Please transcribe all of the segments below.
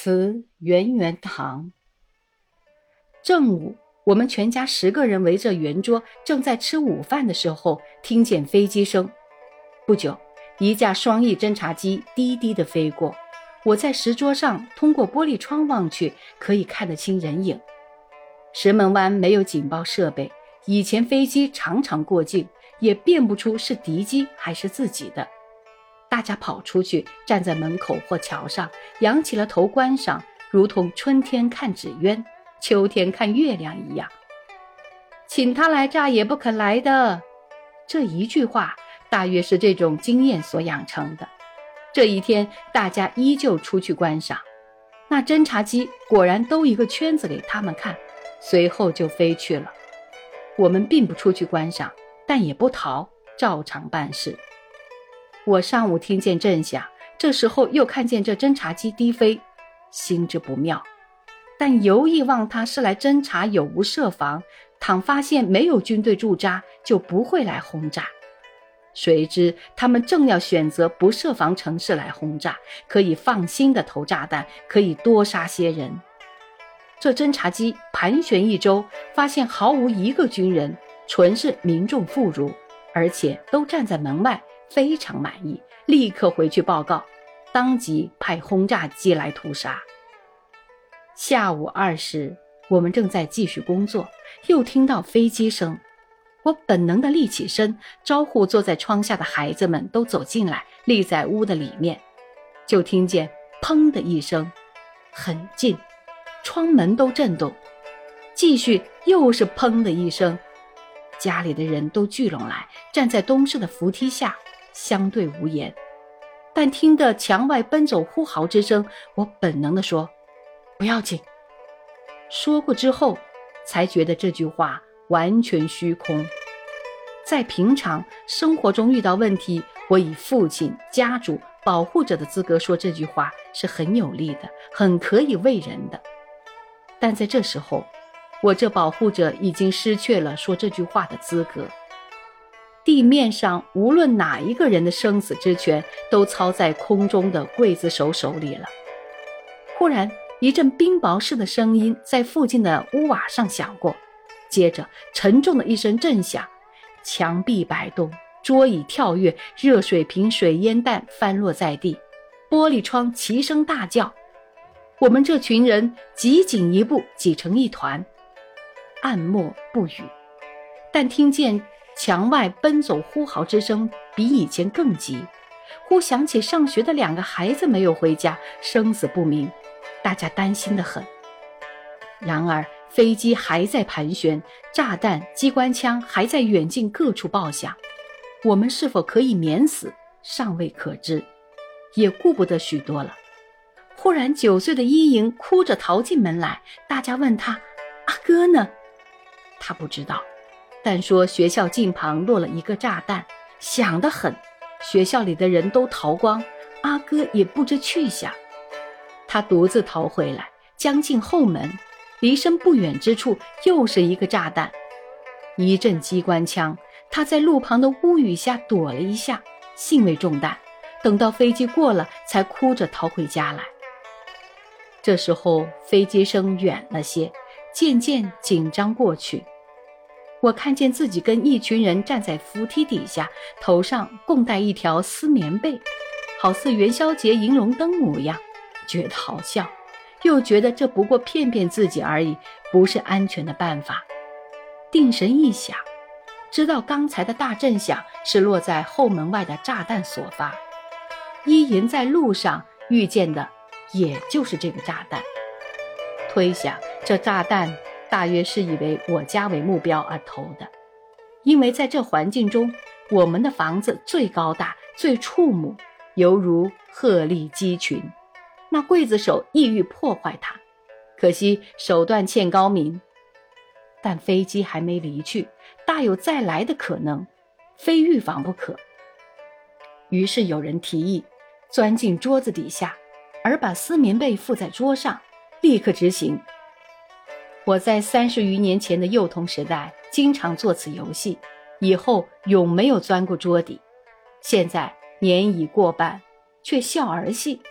词圆圆堂。正午，我们全家10个人围着圆桌正在吃午饭的时候，听见飞机声。不久，一架双翼侦察机低低地飞过，我在石桌上通过玻璃窗望去，可以看得清人影。石门湾没有警报设备，以前飞机常常过境，也辨不出是敌机还是自己的。大家跑出去，站在门口或桥上，仰起了头观赏，如同春天看纸鸢，秋天看月亮一样。请他来炸也不肯来的，这一句话大约是这种经验所养成的。这一天大家依旧出去观赏，那侦察机果然兜一个圈子给他们看，随后就飞去了。我们并不出去观赏，但也不逃，照常办事。我上午听见震响，这时候又看见这侦察机低飞，心知不妙，但犹意望他是来侦察有无设防，倘发现没有军队驻扎，就不会来轰炸。谁知他们正要选择不设防城市来轰炸，可以放心的投炸弹，可以多杀些人。这侦察机盘旋一周，发现毫无一个军人，纯是民众妇孺，而且都站在门外，非常满意，立刻回去报告，当即派轰炸机来屠杀。下午2时，我们正在继续工作，又听到飞机声。我本能地立起身，招呼坐在窗下的孩子们都走进来，立在屋的里面。就听见砰的一声，很近，窗门都震动。继续又是砰的一声，家里的人都聚拢来，站在东市的扶梯下，相对无言。但听得墙外奔走呼号之声，我本能地说不要紧。说过之后，才觉得这句话完全虚空。在平常生活中遇到问题，我以父亲、家主、保护者的资格说这句话是很有力的，很可以为人的。但在这时候，我这保护者已经失去了说这句话的资格。地面上无论哪一个人的生死之权都操在空中的刽子手手里了。忽然一阵冰雹似的声音在附近的屋瓦上响过，接着沉重的一声震响，墙壁摆动，桌椅跳跃，热水瓶、水烟弹翻落在地，玻璃窗齐声大叫。我们这群人急紧一步，挤成一团，暗默不语。但听见墙外奔走呼号之声比以前更急，忽想起上学的2个孩子没有回家，生死不明，大家担心得很。然而飞机还在盘旋，炸弹、机关枪还在远近各处爆响，我们是否可以免死尚未可知，也顾不得许多了。忽然9岁的伊莹哭着逃进门来，大家问他阿哥呢？他不知道，但说学校近旁落了一个炸弹，响得很，学校里的人都逃光，阿哥也不知去向。他独自逃回来，将近后门，离身不远之处又是一个炸弹，一阵机关枪，他在路旁的屋宇下躲了一下，幸未中弹，等到飞机过了才哭着逃回家来。这时候飞机声远了些，渐渐紧张过去。我看见自己跟一群人站在扶梯底下，头上共戴一条丝棉被，好似元宵节迎龙灯模样，觉得好笑，又觉得这不过骗骗自己而已，不是安全的办法。定神一想，知道刚才的大震响是落在后门外的炸弹所发，伊银在路上遇见的也就是这个炸弹。推想这炸弹大约是以为我家为目标而投的，因为在这环境中，我们的房子最高大，最触目，犹如鹤立鸡群。那刽子手意欲破坏它，可惜手段欠高明。但飞机还没离去，大有再来的可能，非预防不可。于是有人提议钻进桌子底下，而把丝棉被覆在桌上，立刻执行。我在30余年前的幼童时代经常做此游戏，以后永没有钻过桌底。现在年已过半，却笑儿戏，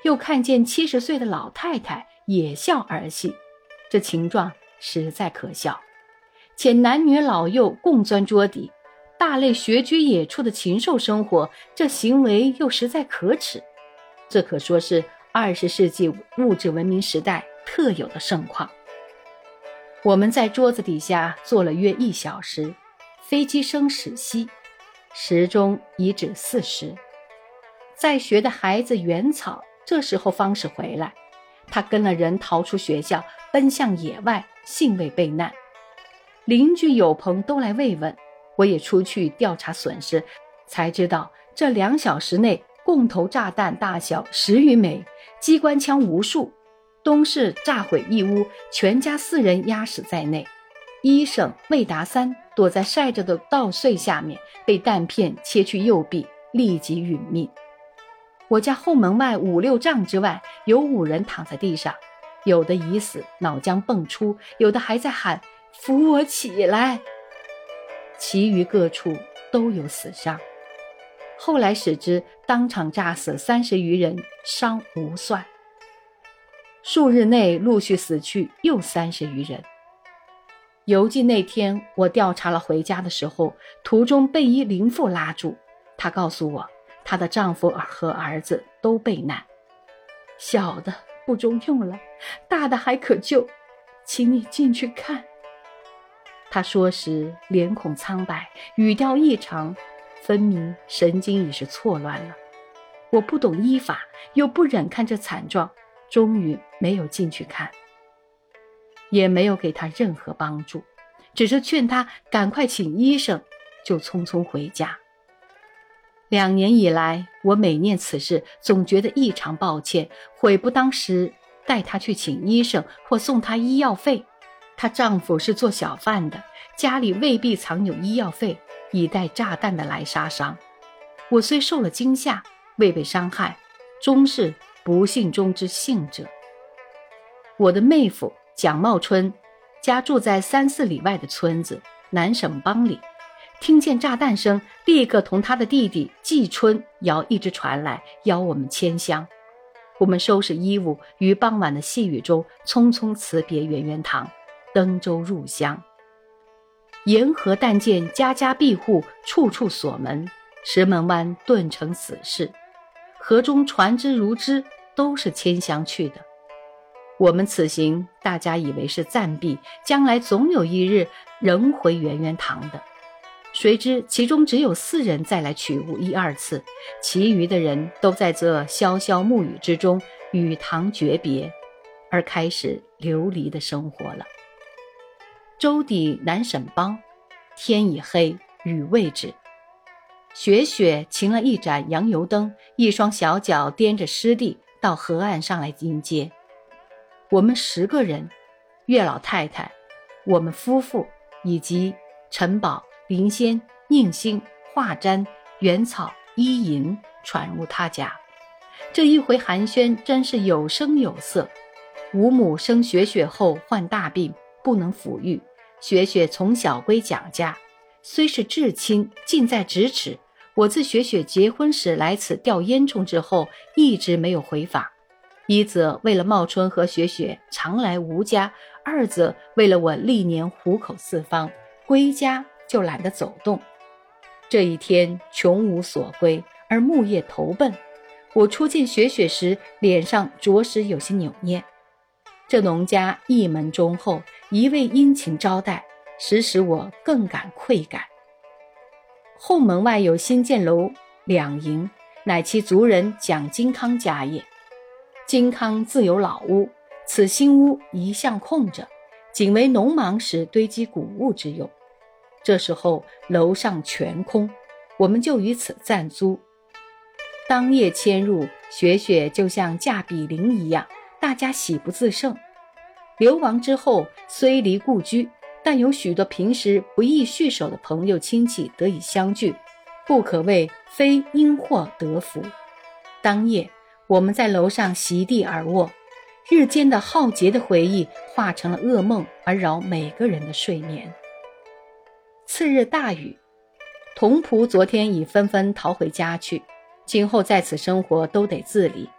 又看见70岁的老太太也笑儿戏，这情状实在可笑。且男女老幼共钻桌底，大类穴居野处的禽兽生活，这行为又实在可耻。这可说是20世纪物质文明时代特有的盛况。我们在桌子底下坐了约1小时，飞机声始息，时钟已指4时。在学的孩子元草这时候方是回来，他跟了人逃出学校，奔向野外，幸未被难。邻居友朋都来慰问，我也出去调查损失，才知道这2小时内共投炸弹大小10余枚，机关枪无数，东市炸毁一屋，全家4人压死在内。医生魏达三躲在晒着的稻穗下面，被弹片切去右臂，立即殒命。我家后门外5、6丈之外有5人躺在地上，有的已死，脑浆迸出，有的还在喊扶我起来。其余各处都有死伤。后来使之当场炸死30余人，伤无算。数日内陆续死去又30余人。游记那天我调查了回家的时候，途中被一邻妇拉住，她告诉我她的丈夫和儿子都被难，小的不中用了，大的还可救，请你进去看。她说时脸孔苍白，语调异常，分明神经已是错乱了。我不懂医法，又不忍看这惨状，终于没有进去看，也没有给他任何帮助，只是劝他赶快请医生，就匆匆回家。2年以来，我每念此事，总觉得异常抱歉，悔不当时带他去请医生或送他医药费。她丈夫是做小贩的，家里未必藏有医药费，以待炸弹的来杀伤。我虽受了惊吓，未被伤害，终是不幸中之幸者。我的妹夫蒋茂春家住在3、4里外的村子南省帮里，听见炸弹声，立刻同他的弟弟季春摇一只船来，邀我们迁乡。我们收拾衣物，于傍晚的细雨中匆匆辞别圆圆堂，登舟入乡。沿河但见家家闭户，处处锁门，石门湾顿成死市，河中船只如织，都是迁乡去的。我们此行大家以为是暂避，将来总有一日仍回圆圆堂的，谁知其中只有4人再来取物1、2次，其余的人都在这潇潇暮雨之中与堂诀别，而开始流离的生活了。舟底南沈帮，天已黑，雨未止。雪雪擎了一盏洋油灯，一双小脚掂着湿地到河岸上来迎接。我们10个人，岳老太太，我们夫妇以及陈宝、林仙、宁星、华瞻、元草、伊银闯入他家。这一回寒暄真是有声有色。吴母生雪雪后患大病，不能抚育，雪雪从小归蒋家，虽是至亲，近在咫尺。我自雪雪结婚时来此吊烟囱之后，一直没有回访。一则为了茂春和雪雪常来吴家，二则为了我历年虎口四方，归家就懒得走动。这一天穷无所归，而木叶投奔。我初见雪雪时，脸上着实有些扭捏。这农家一门忠厚，一味殷勤招待，实使我更感愧感。后门外有新建楼2营，乃其族人蒋金康家业。金康自有老屋，此新屋一向空着，仅为农忙时堆积谷物之用。这时候楼上全空，我们就于此暂租。当夜迁入，雪雪就像嫁比邻一样，大家喜不自胜。流亡之后虽离故居，但有许多平时不易续手的朋友亲戚得以相聚，不可谓非因祸得福。当夜我们在楼上席地而卧，日间的浩劫的回忆化成了噩梦，而扰每个人的睡眠。次日大雨，童仆昨天已纷纷逃回家去，今后在此生活都得自理。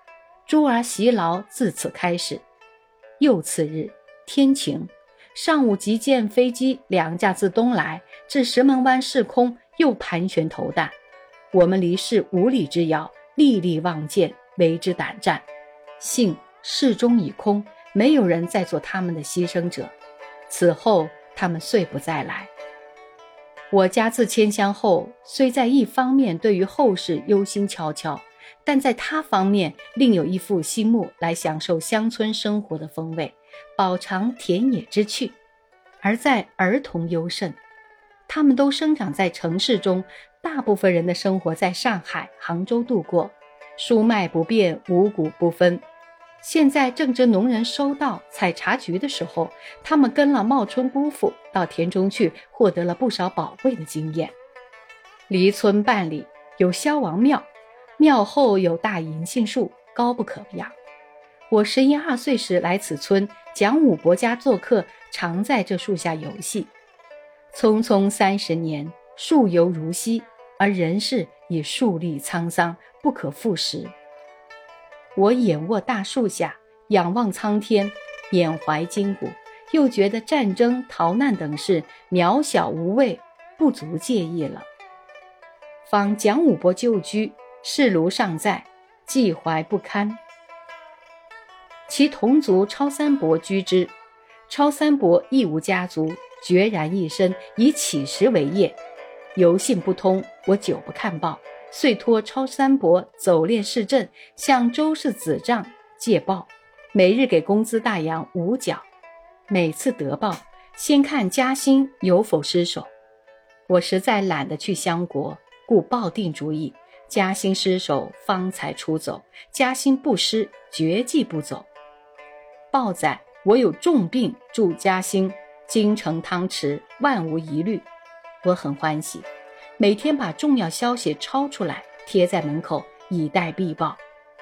诸儿习劳自此开始。又次日，天晴，上午即见飞机2架自东来，至石门湾市空，又盘旋投弹。我们离市5里之遥，历历望见，为之胆战。幸市中已空，没有人再做他们的牺牲者。此后他们遂不再来。我家自迁乡后，虽在一方面对于后事忧心悄悄，但在他方面另有一副心目来享受乡村生活的风味，饱尝田野之趣。而在儿童尤甚，他们都生长在城市中，大部分人的生活在上海、杭州度过，蔬麦不变，五谷不分。现在正值农人收稻采茶菊的时候，他们跟了茂春姑父到田中去，获得了不少宝贵的经验。离村半里有萧王庙，庙后有大银杏树，高不可仰。我11、12岁时来此村，蒋武伯家做客，常在这树下游戏。匆匆30年，树犹如昔，而人世已树立沧桑，不可复食。我眼卧大树下，仰望苍天，缅怀今古，又觉得战争、逃难等事渺小无畏，不足介意了。访蒋武伯旧居，室庐尚在，寄怀不堪。其同族超三伯居之，超三伯亦无家族，决然一身，以乞食为业。由信不通，我久不看报，遂托超三伯走练市镇，向周氏子帐借报，每日给工资大洋5角。每次得报，先看家兴有否失守。我实在懒得去相国，故抱定主意，家兴失守方才出走，家兴不失绝技不走。报载我有重病住家兴，京城汤匙万无疑虑。我很欢喜，每天把重要消息抄出来贴在门口，以待必报。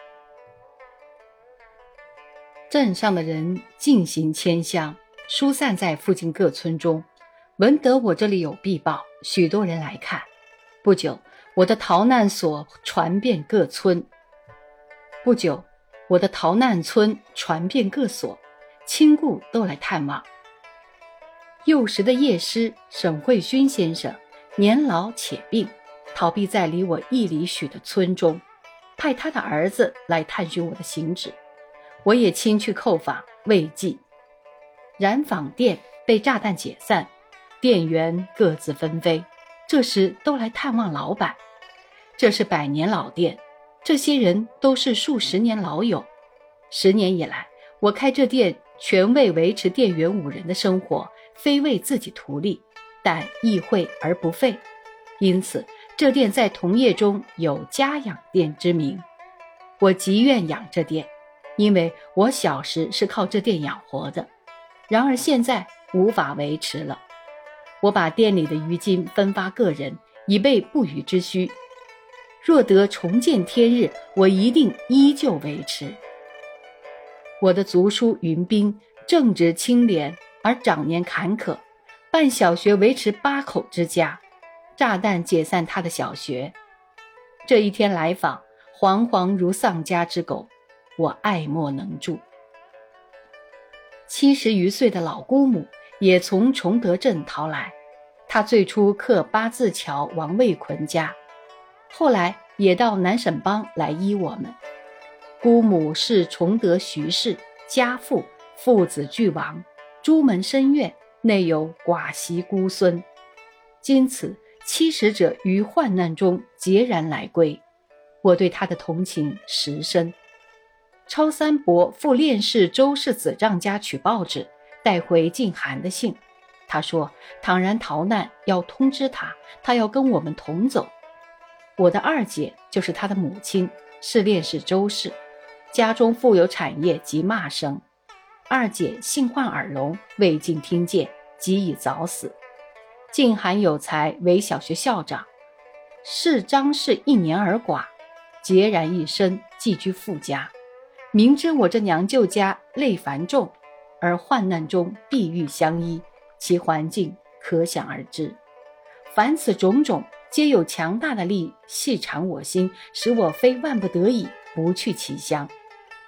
镇上的人尽行迁乡，疏散在附近各村中，闻得我这里有必报，许多人来看。不久，我的逃难所传遍各村。亲故都来探望。幼时的叶师沈慧勋先生年老且病，逃避在离我1里许的村中，派他的儿子来探寻我的行止。我也亲去叩访慰藉。染坊店被炸弹解散，店员各自纷飞，这时都来探望老板。这是100年老店，这些人都是数十年老友。10年以来，我开这店全为维持店员5人的生活，非为自己图利，但易惠而不费，因此这店在同业中有家养店之名。我极愿养这店，因为我小时是靠这店养活的，然而现在无法维持了。我把店里的余金分发个人，以备不虞之需。若得重见天日，我一定依旧维持。我的族叔云斌正直清廉，而长年坎坷，办小学维持8口之家，炸弹解散他的小学。这一天来访，惶惶如丧家之狗，我爱莫能助。70余岁的老姑母也从崇德镇逃来，她最初客八字桥王卫坤家，后来也到南沈帮来依我们。姑母是崇德徐氏，家父，父子俱亡，朱门深院，内有寡媳孤孙。今此70者于患难中孑然来归，我对他的同情实深。超三伯赴练氏周氏子丈家取报纸，带回进函的信。他说倘然逃难，要通知他，他要跟我们同走。我的二姐就是他的母亲，是练氏周氏，家中富有产业及骂声。二姐幸患耳聋，未尽听见，即已早死。进函有才，为小学校长，是张氏1年而寡，孑然一身，寄居父家。明知我这娘舅家累繁重，而患难中必欲相依，其环境可想而知。凡此种种，皆有强大的力细缠我心，使我非万不得已不去其乡。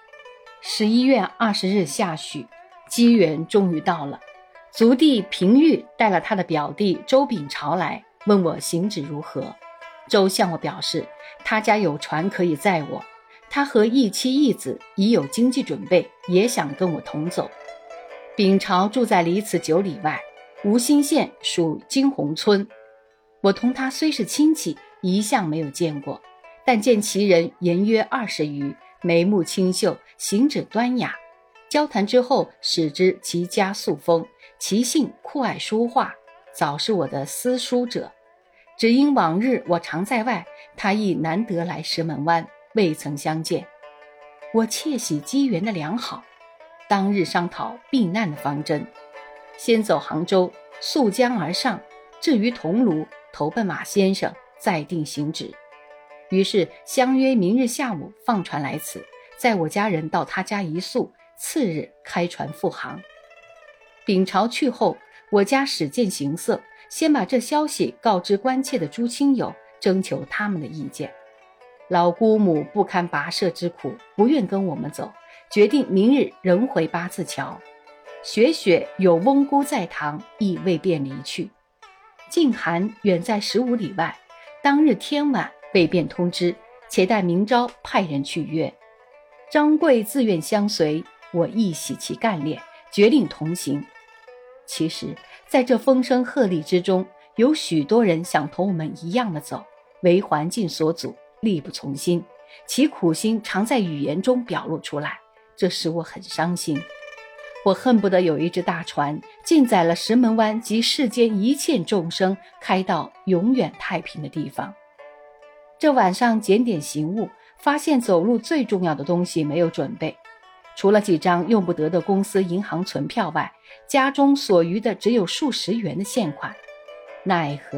11月20日下戌，机缘终于到了。族弟平玉带了他的表弟周秉朝来，问我行止如何。周向我表示，他家有船可以载我，他和一妻一子已有经济准备，也想跟我同走。秉朝住在离此9里外，吴兴县属金洪村。我同他虽是亲戚，一向没有见过，但见其人言约20余，眉目清秀，行止端雅。交谈之后，始知其家素风，其性酷爱书画，早是我的私书者。只因往日我常在外，他亦难得来石门湾，未曾相见。我窃喜机缘的良好，当日商讨避难的方针，先走杭州，溯江而上，至于桐庐，投奔马先生，再定行止。于是相约明日下午放船来此，载我家人到他家一宿，次日开船复航。秉朝去后，我家使见行色，先把这消息告知关切的诸亲友，征求他们的意见。老姑母不堪跋涉之苦，不愿跟我们走，决定明日仍回八字桥。雪雪有翁姑在堂，亦未便离去。静涵远在15里外，当日天晚未便通知，且待明朝派人去约。张贵自愿相随，我亦喜其干练，决定同行。其实在这风声鹤唳之中，有许多人想同我们一样的走，为环境所阻，力不从心，其苦心常在语言中表露出来，这使我很伤心。我恨不得有一只大船，尽载了石门湾及世间一切众生，开到永远太平的地方。这晚上检点行物，发现走路最重要的东西没有准备，除了几张用不得的公司银行存票外，家中所余的只有数十元的现款。奈何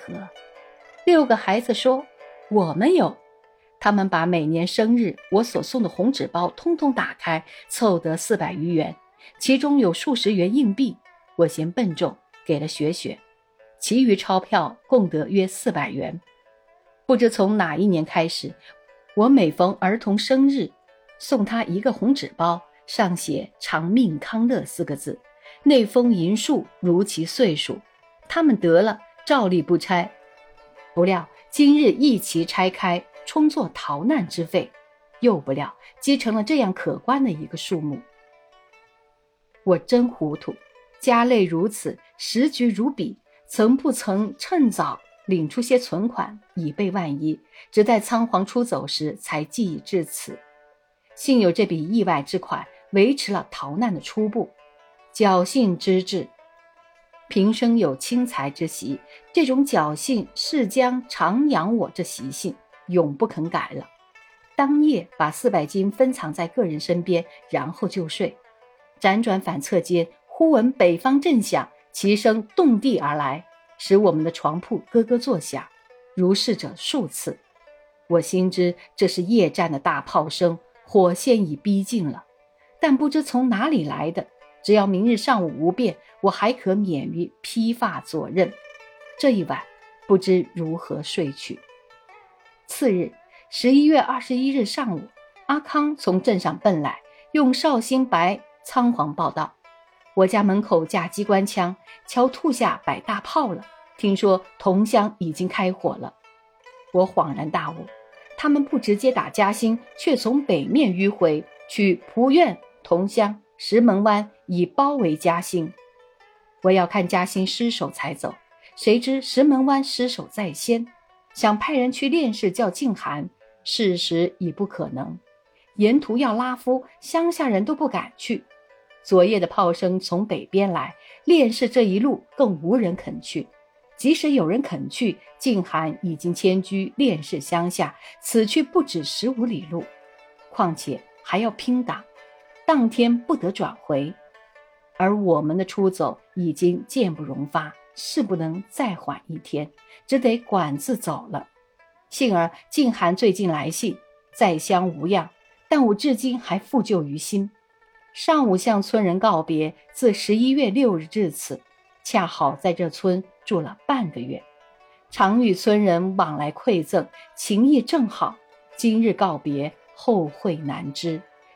，6个孩子说我们有，他们把每年生日我所送的红纸包通通打开，凑得400余元，其中有数十元硬币，我嫌笨重，给了雪雪，其余钞票共得约400元。不知从哪一年开始，我每逢儿童生日，送他一个红纸包，上写长命康乐4个字，内封银数如其岁数，他们得了照例不拆。不料今日一齐拆开，充作逃难之费，又不料积成了这样可观的一个数目。我真糊涂，家累如此，时局如彼，曾不曾趁早领出些存款，以备万一，只待仓皇出走时才计已至此。幸有这笔意外之款维持了逃难的初步，侥幸之至。平生有轻财之习，这种侥幸是将常养我这习性，永不肯改了。当夜把400金分藏在个人身边，然后就睡。辗转反侧间，忽闻北方震响，其声动地而来，使我们的床铺咯咯作响，如是者数次。我心知这是夜战的大炮声，火线已逼近了，但不知从哪里来的，只要明日上午无变，我还可免于披发左衽。这一晚不知如何睡去。次日11月21日上午，阿康从镇上奔来，用绍兴白仓皇报道，我家门口架机关枪，桥兔下摆大炮了，听说桐乡已经开火了。我恍然大悟，他们不直接打嘉兴，却从北面迂回，取蒲院、桐乡、石门湾以包围嘉兴。我要看嘉兴失守才走，谁知石门湾失守在先，想派人去练士叫静涵，事实已不可能。沿途要拉夫，乡下人都不敢去。昨夜的炮声从北边来，练士这一路更无人肯去。即使有人肯去，静涵已经迁居练士乡下，此去不止15里路，况且还要拼挡，当天不得转回。而我们的出走已经箭不容发，是不能再缓一天，只得管自走了。幸而静涵最近来信，在乡无恙，但我至今还负疚于心。上午向村人告别，自11月6日至此，恰好在这村住了半个月，常与村人往来馈赠，情谊正好。今日告别，后会难知，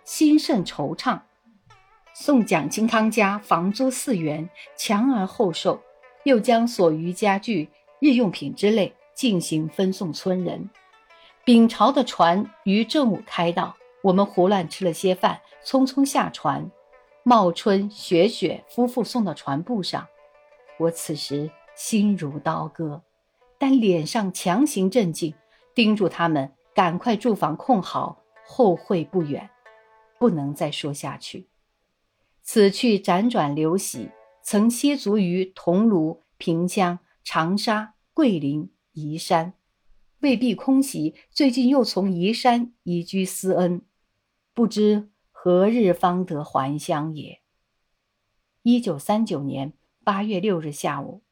心甚惆怅。宋蒋清汤家房租4元，强而后售，又将所余家具、日用品之类进行分送村人。丙朝的船于正午开到，我们胡乱吃了些饭，匆匆下船。茂春、雪雪夫妇送到船埠上，我此时心如刀割，但脸上强行镇静，叮嘱他们赶快住房控好，后会不远，不能再说下去。此去辗转流徙，曾歇足于桐庐、平江、长沙、桂林、宜山，未必空袭，最近又从宜山移居思恩，不知何日方得还乡也。1939年8月6日下午，